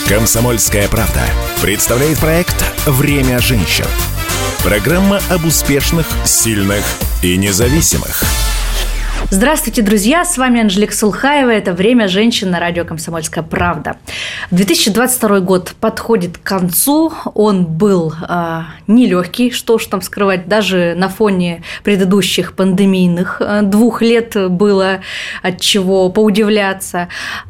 «Комсомольская правда» представляет проект «Время женщин». Программа об успешных, сильных и независимых. Здравствуйте, друзья! С вами Анжелика Сулхаева. Это «Время женщин» на радио «Комсомольская правда». 2022 год подходит к концу. Он был нелегкий, что уж там скрывать. Даже на фоне предыдущих пандемийных 2 лет было от чего поудивляться.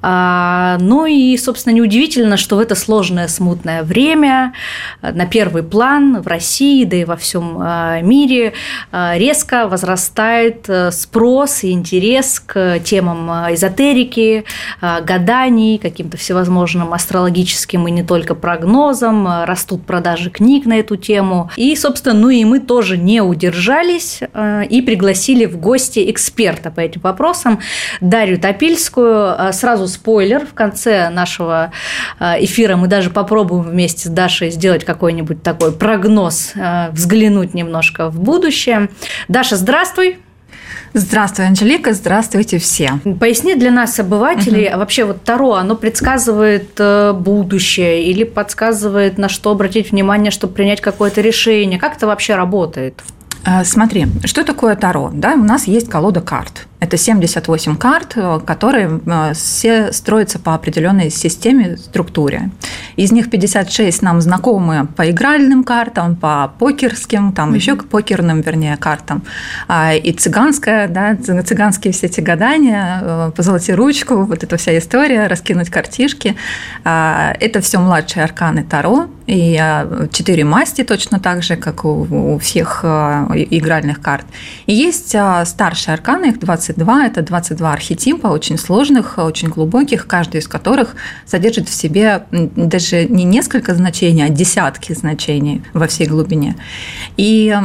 Ну и, собственно, неудивительно, что в это сложное, смутное время на первый план в России, да и во всем мире резко возрастает спрос и интерес к темам эзотерики, гаданий, каким-то всевозможным астрологическим и не только прогнозам. Растут продажи книг на эту тему. И, собственно, и мы тоже не удержались и пригласили в гости эксперта по этим вопросам Дарью Топильскую. Сразу спойлер, в конце нашего эфира мы даже попробуем вместе с Дашей сделать какой-нибудь такой прогноз, взглянуть немножко в будущее. Даша, здравствуй! Здравствуй, Анжелика, здравствуйте все. Поясни для нас, обывателей, а вообще вот Таро, оно предсказывает будущее или подсказывает, на что обратить внимание, чтобы принять какое-то решение? Как это вообще работает? Смотри, что такое Таро? Да, у нас есть колода карт. Это 78 карт, которые все строятся по определенной системе, структуре. Из них 56 нам знакомы по игральным картам, по покерским, там еще к покерным, вернее, картам. И цыганская, да, цыганские все эти гадания, позолоти ручку, вот эта вся история, раскинуть картишки. Это все младшие арканы Таро. И 4 масти точно так же, как у всех игральных карт. И есть старшие арканы, их 22. Это 22 архетипа, очень сложных, очень глубоких, каждый из которых содержит в себе даже не несколько значений, а десятки значений во всей глубине. И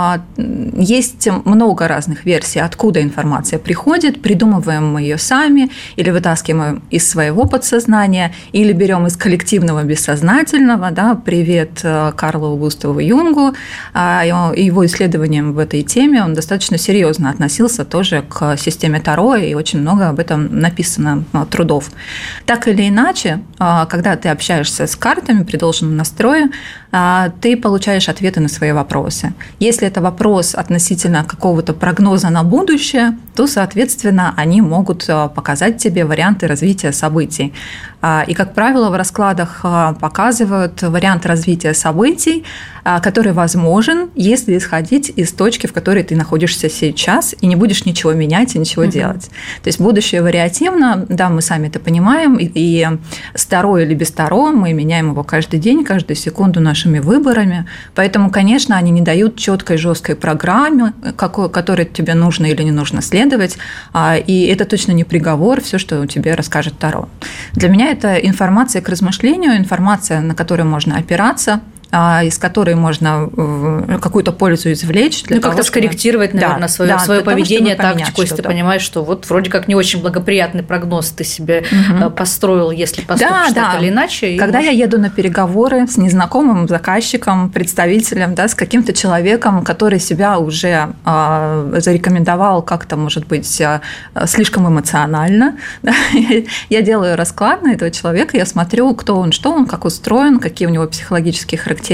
есть много разных версий, откуда информация приходит. Придумываем мы ее сами, или вытаскиваем из своего подсознания, или берем из коллективного бессознательного. Да? Привет Карлу Густаву Юнгу. Его исследованиям в этой теме он достаточно серьезно относился тоже к системе Таро, и очень много об этом написано трудов. Так или иначе, когда ты общаешься с картами при должном настрое, ты получаешь ответы на свои вопросы. Если это вопрос относительно какого-то прогноза на будущее, то, соответственно, они могут показать тебе варианты развития событий. И, как правило, в раскладах показывают вариант развития событий, который возможен, если исходить из точки, в которой ты находишься сейчас, и не будешь ничего менять и ничего делать. То есть будущее вариативно, да, мы сами это понимаем, и с Таро или без Таро мы меняем его каждый день, каждую секунду нашими выборами. Поэтому, конечно, они не дают четкой, жесткой программы, которой тебе нужно или не нужно следовать, и это точно не приговор, все, что тебе расскажет Таро. Для меня это информация к размышлению, информация, на которую можно опираться, из которой можно какую-то пользу извлечь. Как-то скорректировать, наверное, свое поведение, тактику, если ты понимаешь, что вот вроде как не очень благоприятный прогноз ты себе построил, если поступишь так или иначе. Когда я еду на переговоры с незнакомым заказчиком, представителем, да, с каким-то человеком, который себя уже зарекомендовал как-то, может быть, слишком эмоционально, да, я делаю расклад на этого человека, я смотрю, кто он, что он, как устроен, какие у него психологические характеристики,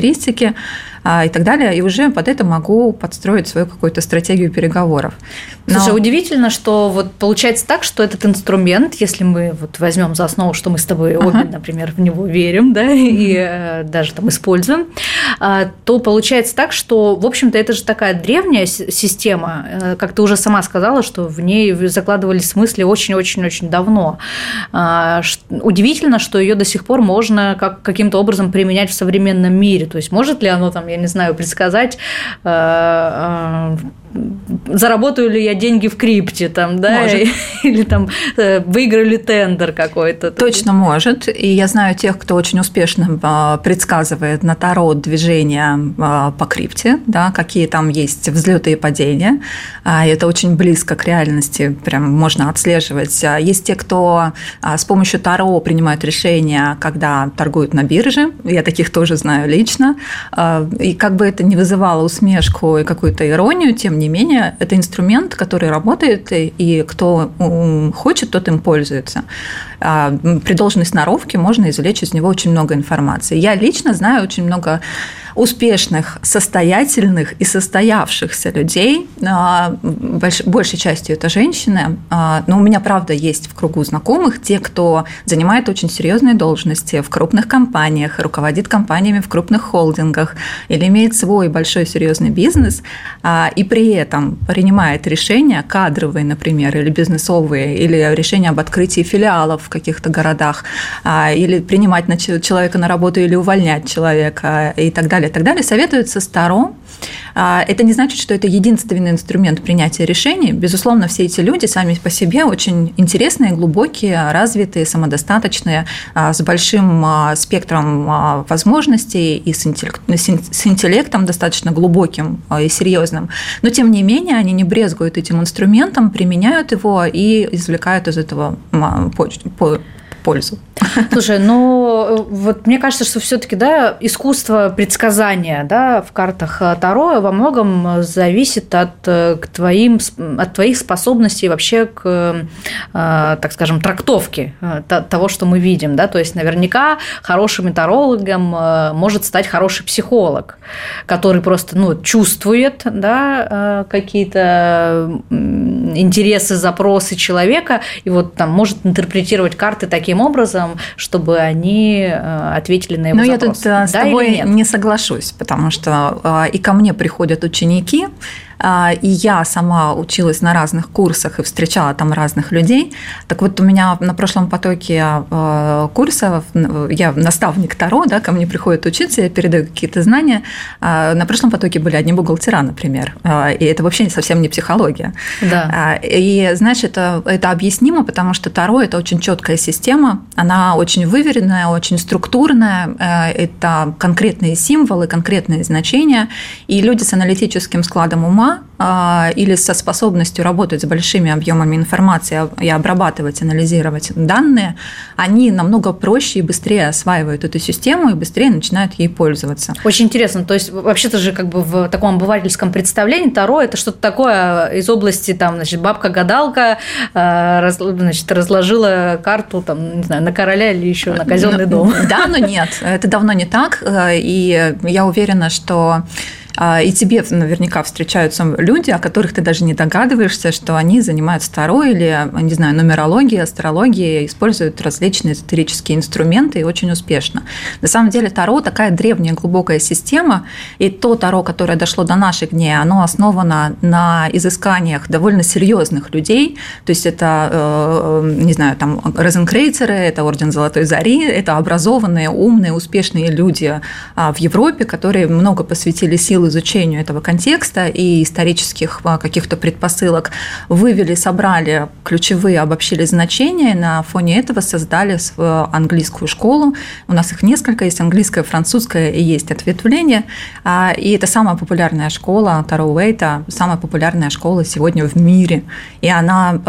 и так далее, и уже под это могу подстроить свою какую-то стратегию переговоров. Слушай, удивительно, что вот получается так, что этот инструмент, если мы вот возьмем за основу, что мы с тобой обе, например, в него верим, да, и даже там используем, то получается так, что, в общем-то, это же такая древняя система, как ты уже сама сказала, что в ней закладывались смыслы очень-очень-очень давно. Удивительно, что ее до сих пор можно каким-то образом применять в современном мире. То есть может ли оно там, я не знаю, предсказать, заработаю ли я деньги в крипте, там, да, или там выиграю ли тендер какой-то. Точно может. И я знаю тех, кто очень успешно предсказывает на Таро движения по крипте, да, какие там есть взлеты и падения. Это очень близко к реальности, прям можно отслеживать. Есть те, кто с помощью Таро принимают решения, когда торгуют на бирже. Я таких тоже знаю лично. И как бы это ни вызывало усмешку и какую-то иронию, тем не менее, это инструмент, который работает, и кто хочет, тот им пользуется. при должной сноровке можно извлечь из него очень много информации. Я лично знаю очень много успешных, состоятельных и состоявшихся людей. Большей частью это женщины. Но у меня, правда, есть в кругу знакомых те, кто занимает очень серьезные должности в крупных компаниях, руководит компаниями в крупных холдингах или имеет свой большой серьезный бизнес, и при этом принимает решения кадровые, например, или бизнесовые, или решения об открытии филиалов в каких-то городах, или принимать человека на работу или увольнять человека и так далее, советуют со Таро. Это не значит, что это единственный инструмент принятия решений. Безусловно, все эти люди сами по себе очень интересные, глубокие, развитые, самодостаточные, с большим спектром возможностей и с интеллектом достаточно глубоким и серьезным. Но, тем не менее, они не брезгуют этим инструментом, применяют его и извлекают из этого пользу. Слушай, ну вот мне кажется, что все-таки, да, искусство предсказания, да, в картах Таро во многом зависит от твоих способностей вообще к, так скажем, трактовке того, что мы видим, да, то есть наверняка хорошим тарологом может стать хороший психолог, который просто, чувствует, да, какие-то интересы, запросы человека и вот там может интерпретировать карты таким образом, чтобы они ответили на его запрос. Но я тут с тобой не соглашусь, потому что и ко мне приходят ученики, и я сама училась на разных курсах и встречала там разных людей. Так вот, у меня на прошлом потоке курсов, я наставник Таро, да, ко мне приходят учиться, я передаю какие-то знания. На прошлом потоке были одни бухгалтера, например, и это вообще совсем не психология. Да. И, знаешь, это объяснимо, потому что Таро – это очень четкая система, она очень выверенная, очень структурная, это конкретные символы, конкретные значения, и люди с аналитическим складом ума или со способностью работать с большими объемами информации и обрабатывать, анализировать данные, они намного проще и быстрее осваивают эту систему и быстрее начинают ей пользоваться. Очень интересно. То есть, вообще-то же как бы в таком обывательском представлении Таро – это что-то такое из области, там, значит, бабка-гадалка, значит, разложила карту, там, не знаю, на короля или еще на казенный дом. Да, но нет, это давно не так, и я уверена, что и тебе наверняка встречаются люди, о которых ты даже не догадываешься, что они занимаются Таро или, не знаю, нумерологией, астрологией, используют различные эзотерические инструменты и очень успешно. На самом деле Таро такая древняя, глубокая система, и то Таро, которое дошло до наших дней, оно основано на изысканиях довольно серьезных людей, то есть это, не знаю, там розенкрейцеры, это Орден Золотой Зари, это образованные, умные, успешные люди в Европе, которые много посвятили сил изучению этого контекста и исторических каких-то предпосылок, вывели, собрали ключевые, обобщили значения, на фоне этого создали английскую школу. У нас их несколько, есть английская, французская и есть ответвление. И это самая популярная школа, Таро Уэйта, самая популярная школа сегодня в мире. И она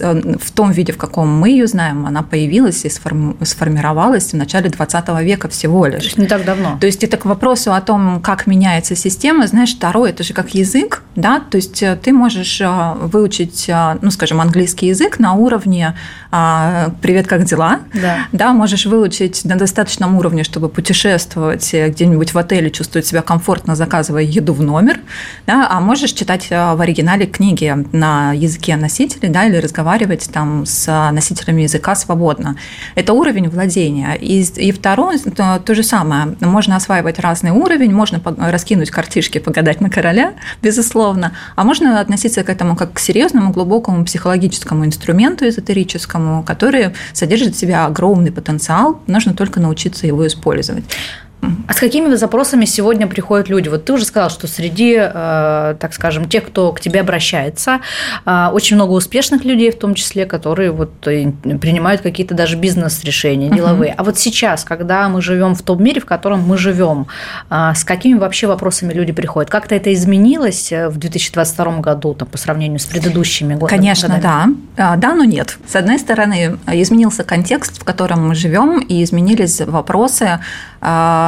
в том виде, в каком мы ее знаем, она появилась и сформировалась в начале 20 века всего лишь. То есть не так давно. То есть это к вопросу о том, как меняется система. Знаешь, Таро – это же как язык, да, то есть ты можешь выучить, скажем, английский язык на уровне «Привет, как дела?», да, можешь выучить на достаточном уровне, чтобы путешествовать где-нибудь в отеле, чувствовать себя комфортно, заказывая еду в номер, да, а можешь читать в оригинале книги на языке носителей, да, или разговаривать там с носителями языка свободно. Это уровень владения. И в Таро то же самое. Можно осваивать разный уровень, можно раскинуть картинки, погадать на короля, безусловно, а можно относиться к этому как к серьезному, глубокому психологическому инструменту эзотерическому, который содержит в себе огромный потенциал, нужно только научиться его использовать. А с какими запросами сегодня приходят люди? Вот ты уже сказал, что среди, так скажем, тех, кто к тебе обращается, очень много успешных людей, в том числе, которые вот принимают какие-то даже бизнес-решения деловые. А вот сейчас, когда мы живем в том мире, в котором мы живем, с какими вообще вопросами люди приходят? Как-то это изменилось в 2022 году там, по сравнению с предыдущими годами? Конечно, да. Да, но нет. С одной стороны, изменился контекст, в котором мы живем, и изменились вопросы,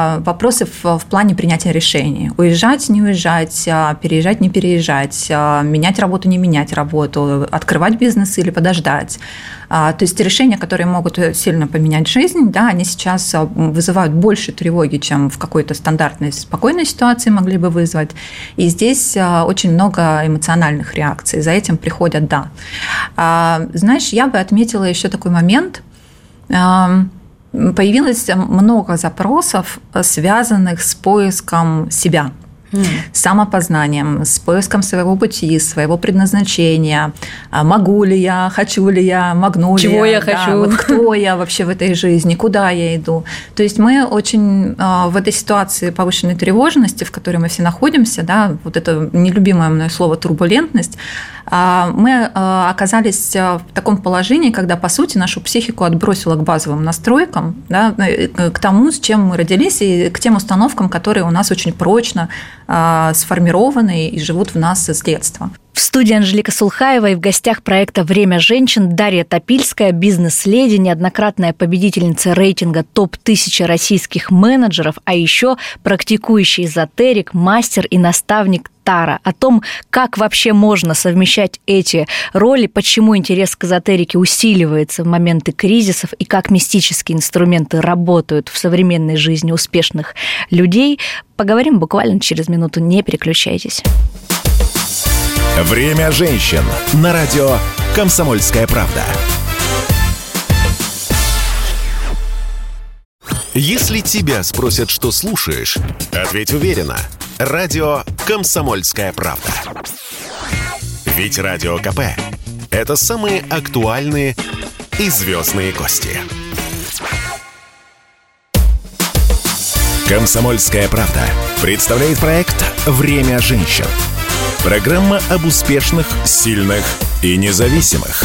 вопросы в плане принятия решений. Уезжать, не уезжать, переезжать, не переезжать, менять работу, не менять работу, открывать бизнес или подождать. То есть решения, которые могут сильно поменять жизнь, да, они сейчас вызывают больше тревоги, чем в какой-то стандартной спокойной ситуации могли бы вызвать. И здесь очень много эмоциональных реакций. За этим приходят «да». Знаешь, я бы отметила еще такой момент. Появилось много запросов, связанных с поиском себя. Самопознанием, с поиском своего пути, своего предназначения. Могу ли я, хочу ли я, могу ли чего я да, хочу, вот кто я вообще в этой жизни, куда я иду. То есть мы очень в этой ситуации повышенной тревожности, в которой мы все находимся, да, вот это нелюбимое мной слово турбулентность, мы оказались в таком положении, когда, по сути, нашу психику отбросило к базовым настройкам, да, к тому, с чем мы родились, и к тем установкам, которые у нас очень прочно сформированы и живут в нас с детства. В студии Анжелика Сулхаева и в гостях проекта «Время женщин» Дарья Топильская, бизнес-леди, неоднократная победительница рейтинга ТОП-1000 российских менеджеров, а еще практикующий эзотерик, мастер и наставник Тара. О том, как вообще можно совмещать эти роли, почему интерес к эзотерике усиливается в моменты кризисов и как мистические инструменты работают в современной жизни успешных людей, поговорим буквально через минуту. Не переключайтесь. «Время женщин» на радио «Комсомольская правда». Если тебя спросят, что слушаешь, ответь уверенно. Радио «Комсомольская правда». Ведь Радио КП – это самые актуальные и звездные гости. «Комсомольская правда» представляет проект «Время женщин». Программа об успешных, сильных и независимых.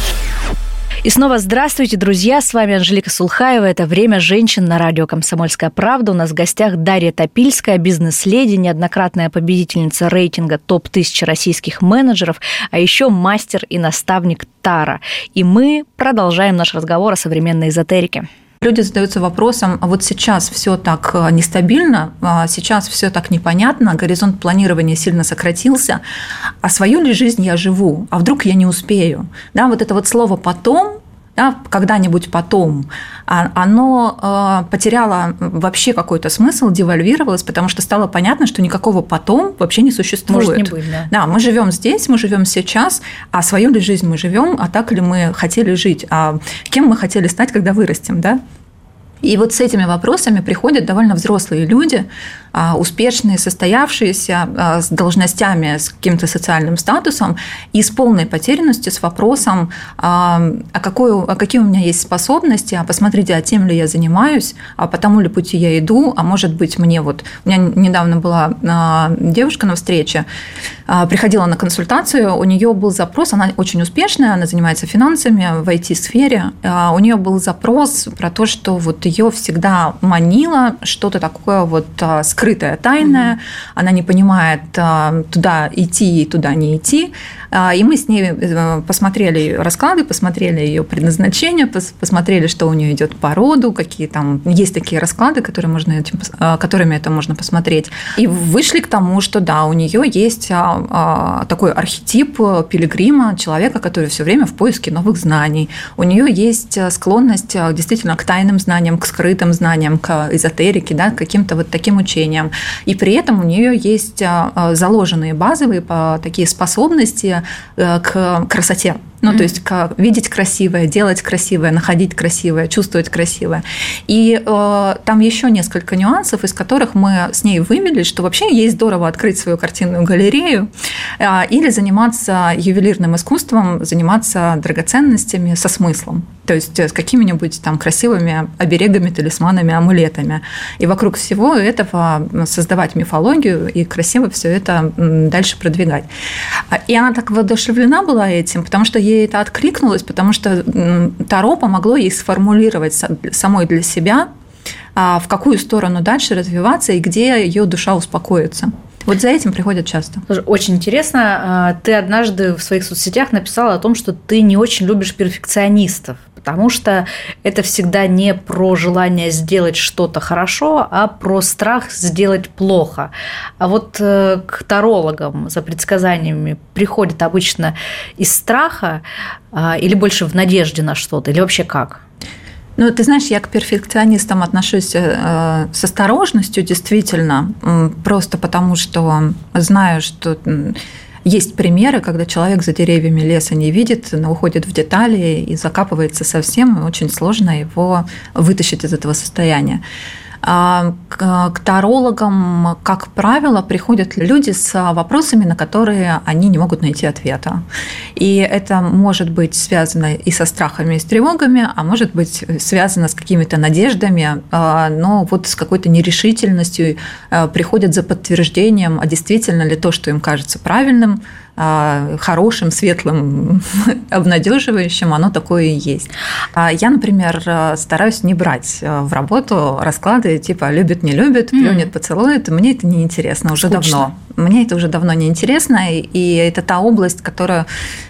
И снова здравствуйте, друзья! С вами Анжелика Сулхаева. Это «Время женщин» на радио «Комсомольская правда». У нас в гостях Дарья Топильская, бизнес-леди, неоднократная победительница рейтинга ТОП-1000 российских менеджеров, а еще мастер и наставник Тара. И мы продолжаем наш разговор о современной эзотерике. Люди задаются вопросом, а вот сейчас все так нестабильно, сейчас все так непонятно, горизонт планирования сильно сократился, а свою ли жизнь я живу, а вдруг я не успею? Да, вот это вот слово «потом», да, когда-нибудь потом, оно потеряло вообще какой-то смысл, девальвировалось, потому что стало понятно, что никакого «потом» вообще не существует. Может не быть, да. Да, мы живем здесь, мы живем сейчас, а свою ли жизнь мы живем, а так ли мы хотели жить, а кем мы хотели стать, когда вырастем, да? И вот с этими вопросами приходят довольно взрослые люди, успешные, состоявшиеся, с должностями, с каким-то социальным статусом и с полной потерянностью, с вопросом, какие у меня есть способности, посмотрите, а тем ли я занимаюсь, а по тому ли пути я иду, а может быть мне вот… У меня недавно была девушка на встрече, приходила на консультацию, у нее был запрос, она очень успешная, она занимается финансами в IT-сфере, у нее был запрос про то, что вот ее всегда манило что-то такое вот скрытое, тайное, она не понимает, туда идти и туда не идти. И мы с ней посмотрели расклады, посмотрели ее предназначение, посмотрели, что у нее идет по роду, какие там есть такие расклады, которыми это можно посмотреть. И вышли к тому, что да, у нее есть такой архетип пилигрима, человека, который все время в поиске новых знаний. У нее есть склонность действительно к тайным знаниям, к скрытым знаниям, к эзотерике, да, к каким-то вот таким учениям. И при этом у нее есть заложенные базовые такие способности к красоте. Ну, то есть видеть красивое, делать красивое, находить красивое, чувствовать красивое. И там еще несколько нюансов, из которых мы с ней вывели, что вообще ей здорово открыть свою картинную галерею или заниматься ювелирным искусством, заниматься драгоценностями со смыслом. То есть с какими-нибудь там красивыми оберегами, талисманами, амулетами. И вокруг всего этого создавать мифологию и красиво все это дальше продвигать. И она так воодушевлена была этим, потому что ей это откликнулось, потому что Таро помогло ей сформулировать самой для себя, в какую сторону дальше развиваться и где ее душа успокоится. Вот за этим приходят часто. Очень интересно. Ты однажды в своих соцсетях написала о том, что ты не очень любишь перфекционистов, потому что это всегда не про желание сделать что-то хорошо, а про страх сделать плохо. А вот к тарологам за предсказаниями приходят обычно из страха или больше в надежде на что-то, или вообще как? Ну, ты знаешь, я к перфекционистам отношусь с осторожностью, действительно, просто потому что знаю, что есть примеры, когда человек за деревьями леса не видит, но уходит в детали и закапывается совсем, и очень сложно его вытащить из этого состояния. К тарологам, как правило, приходят люди с вопросами, на которые они не могут найти ответа. И это может быть связано и со страхами, и с тревогами, а может быть связано с какими-то надеждами, но вот с какой-то нерешительностью приходят за подтверждением, а действительно ли то, что им кажется правильным, хорошим, светлым, обнадеживающим, оно такое и есть. Я, например, стараюсь не брать в работу расклады типа «любит, не любит», «плюнет, поцелует». Мне это не интересно уже давно. Мне это уже давно не интересно, и это та область, которая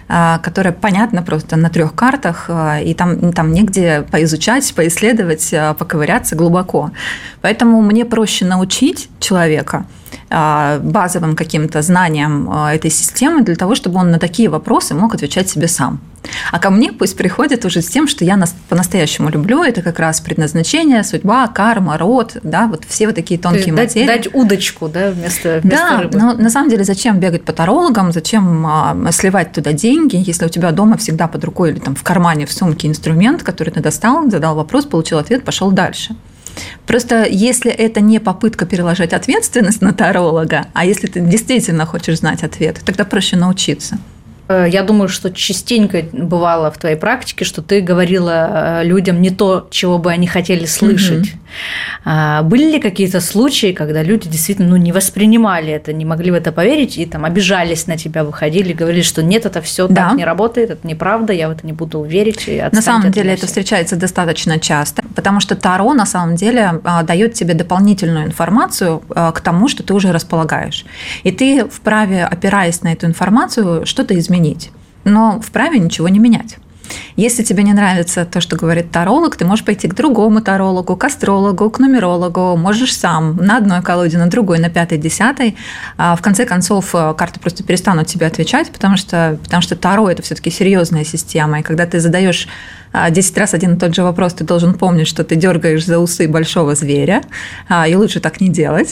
понятна просто на 3 картах, и там негде поизучать, поисследовать, поковыряться глубоко. Поэтому мне проще научить человека базовым каким-то знаниям этой системы для того, чтобы он на такие вопросы мог отвечать себе сам. А ко мне пусть приходит уже с тем, что я по-настоящему люблю, это как раз предназначение, судьба, карма, род, да, вот все вот такие тонкие материи. Дать удочку, да, вместо да, рыбы. Но на самом деле зачем бегать по тарологам, зачем сливать туда деньги, если у тебя дома всегда под рукой или там в кармане, в сумке инструмент, который ты достал, задал вопрос, получил ответ, пошел дальше. Просто если это не попытка переложить ответственность на таролога, а если ты действительно хочешь знать ответ, тогда проще научиться. Я думаю, что частенько бывало в твоей практике, что ты говорила людям не то, чего бы они хотели слышать. Были ли какие-то случаи, когда люди действительно не воспринимали это, не могли в это поверить и там обижались на тебя, выходили, говорили, что нет, это все так не работает, это неправда, я в это не буду верить. На самом деле это встречается достаточно часто, потому что Таро на самом деле дает тебе дополнительную информацию к тому, что ты уже располагаешь. И ты вправе, опираясь на эту информацию, что-то изменить. Но вправе ничего не менять. Если тебе не нравится то, что говорит таролог, ты можешь пойти к другому тарологу, к астрологу, к нумерологу, можешь сам на одной колоде, на другой, на 5-й, 10-й. В конце концов, карты просто перестанут тебе отвечать, потому что Таро – это все-таки серьезная система, и когда ты задаешь 10 раз один и тот же вопрос, ты должен помнить, что ты дергаешь за усы большого зверя, и лучше так не делать.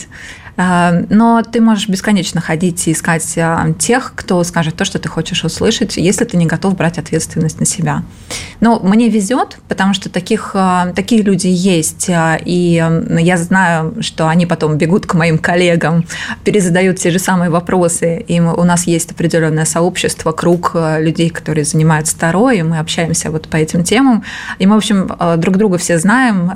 Но ты можешь бесконечно ходить и искать тех, кто скажет то, что ты хочешь услышать, если ты не готов брать ответственность на себя. Но мне везет, потому что такие люди есть, и я знаю, что они потом бегут к моим коллегам, перезадают те же самые вопросы, и у нас есть определенное сообщество, круг людей, которые занимаются Таро, и мы общаемся вот по этим темам, и мы, в общем, друг друга все знаем,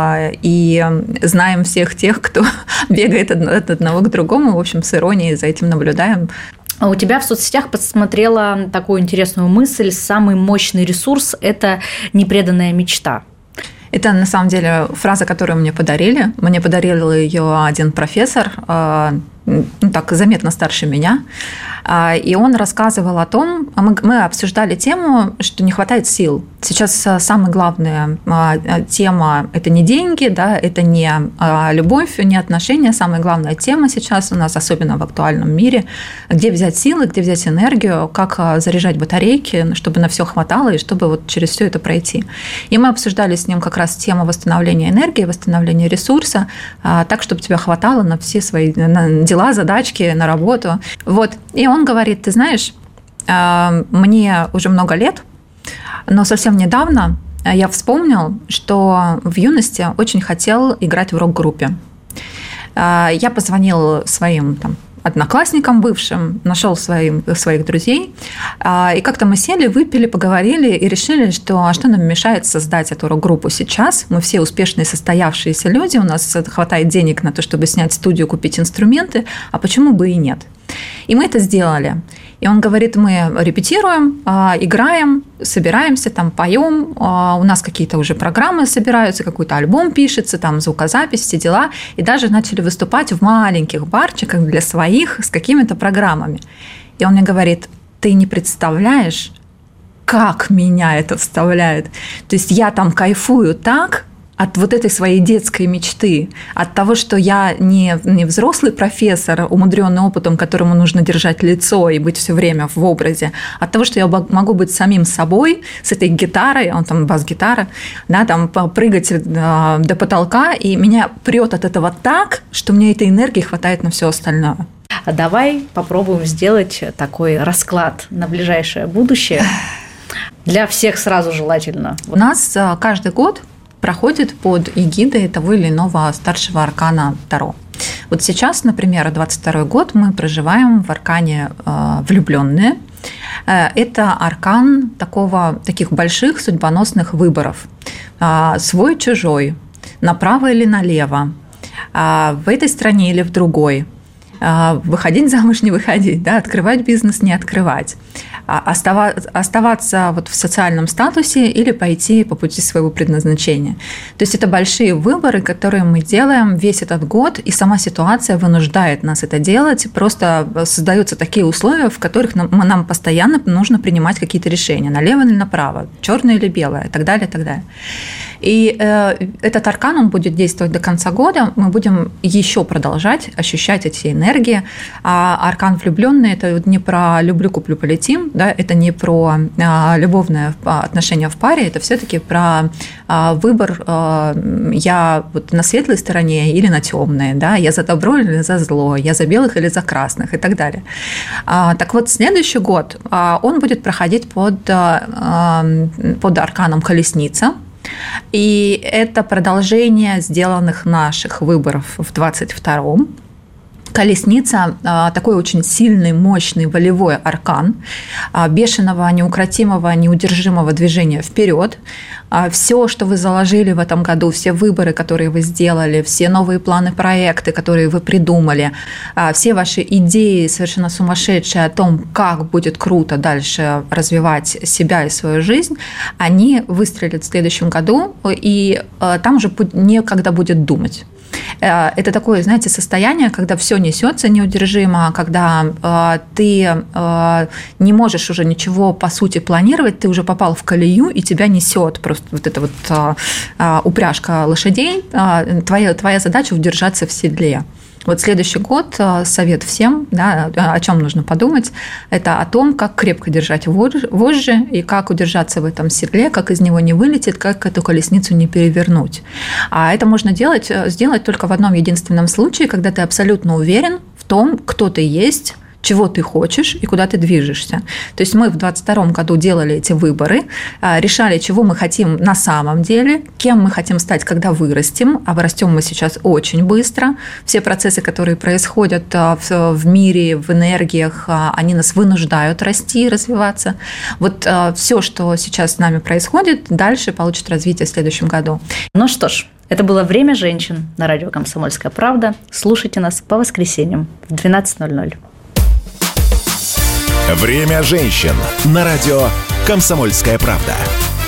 и знаем всех тех, кто бегает от одного к другому, в общем, с иронией за этим наблюдаем. А у тебя в соцсетях подсмотрела такую интересную мысль: самый мощный ресурс – это непреданная мечта. Это, на самом деле, фраза, которую мне подарили. Мне подарил ее один профессор, так заметно старше меня, и он рассказывал о том, мы обсуждали тему, что не хватает сил. Сейчас самая главная тема – это не деньги, да, это не любовь, не отношения. Самая главная тема сейчас у нас, особенно в актуальном мире, где взять силы, где взять энергию, как заряжать батарейки, чтобы на все хватало и чтобы вот через все это пройти. И мы обсуждали с ним как раз тему восстановления энергии, восстановления ресурса, так, чтобы тебя хватало на все свои дела, задачки, на работу. Вот. И он говорит: ты знаешь, мне уже много лет, но совсем недавно я вспомнил, что в юности очень хотел играть в рок-группе. Я позвонил своим одноклассникам бывшим, нашел своих друзей, и как-то мы сели, выпили, поговорили и решили, что нам мешает создать эту рок-группу сейчас. Мы все успешные, состоявшиеся люди, у нас хватает денег на то, чтобы снять студию, купить инструменты, а почему бы и нет? И мы это сделали. И он говорит, мы репетируем, играем, собираемся, там поем, у нас какие-то уже программы собираются, какой-то альбом пишется, там звукозапись, все дела, и даже начали выступать в маленьких барчиках для своих с какими-то программами. И он мне говорит, ты не представляешь, как меня это вставляет. То есть я там кайфую так от вот этой своей детской мечты, от того, что я не взрослый профессор, умудренный опытом, которому нужно держать лицо и быть все время в образе, от того, что я могу быть самим собой, с этой гитарой, он там бас-гитара, да, там прыгать до потолка, и меня прет от этого так, что мне этой энергии хватает на все остальное. Давай попробуем сделать такой расклад на ближайшее будущее. Для всех сразу желательно. У нас каждый год проходит под эгидой того или иного старшего аркана Таро. Вот сейчас, например, 22 год мы проживаем в аркане «Влюбленные». Это аркан таких больших судьбоносных выборов. Свой-чужой, направо или налево, в этой стране или в другой. Выходить замуж, не выходить, да, открывать бизнес, не открывать, оставаться вот в социальном статусе или пойти по пути своего предназначения. То есть это большие выборы, которые мы делаем весь этот год, и сама ситуация вынуждает нас это делать, просто создаются такие условия, в которых нам постоянно нужно принимать какие-то решения, налево или направо, черное или белое, и так далее, и так далее. И этот аркан, он будет действовать до конца года, мы будем еще продолжать ощущать эти энергии. А аркан «Влюбленный» – это не про «люблю, куплю, полетим», да, это не про любовное отношение в паре, это все-таки про выбор «я вот на светлой стороне или на темной», да, «я за добро или за зло», «я за белых или за красных» и так далее. Так вот, следующий год он будет проходить под арканом «Колесница». И это продолжение сделанных наших выборов в 22-м. Колесница – такой очень сильный, мощный, волевой аркан бешеного, неукротимого, неудержимого движения вперед. Все, что вы заложили в этом году, все выборы, которые вы сделали, все новые планы, проекты, которые вы придумали, все ваши идеи совершенно сумасшедшие о том, как будет круто дальше развивать себя и свою жизнь, они выстрелят в следующем году, и там уже некогда будет думать. Это такое, знаете, состояние, когда все несется неудержимо, когда ты не можешь уже ничего по сути планировать, ты уже попал в колею, и тебя несет просто вот эта вот упряжка лошадей. Твоя задача удержаться в седле. Вот следующий год совет всем, да, о чем нужно подумать, это о том, как крепко держать вожжи и как удержаться в этом седле, как из него не вылететь, как эту колесницу не перевернуть. А это можно сделать только в одном единственном случае, когда ты абсолютно уверен в том, кто ты есть, чего ты хочешь и куда ты движешься. То есть мы в 2022 году делали эти выборы, решали, чего мы хотим на самом деле, кем мы хотим стать, когда вырастем, а вырастем мы сейчас очень быстро. Все процессы, которые происходят в мире, в энергиях, они нас вынуждают расти и развиваться. Вот все, что сейчас с нами происходит, дальше получит развитие в следующем году. Ну что ж, это было «Время женщин» на радио «Комсомольская правда». Слушайте нас по воскресеньям в 12:00. «Время женщин» на радио «Комсомольская правда».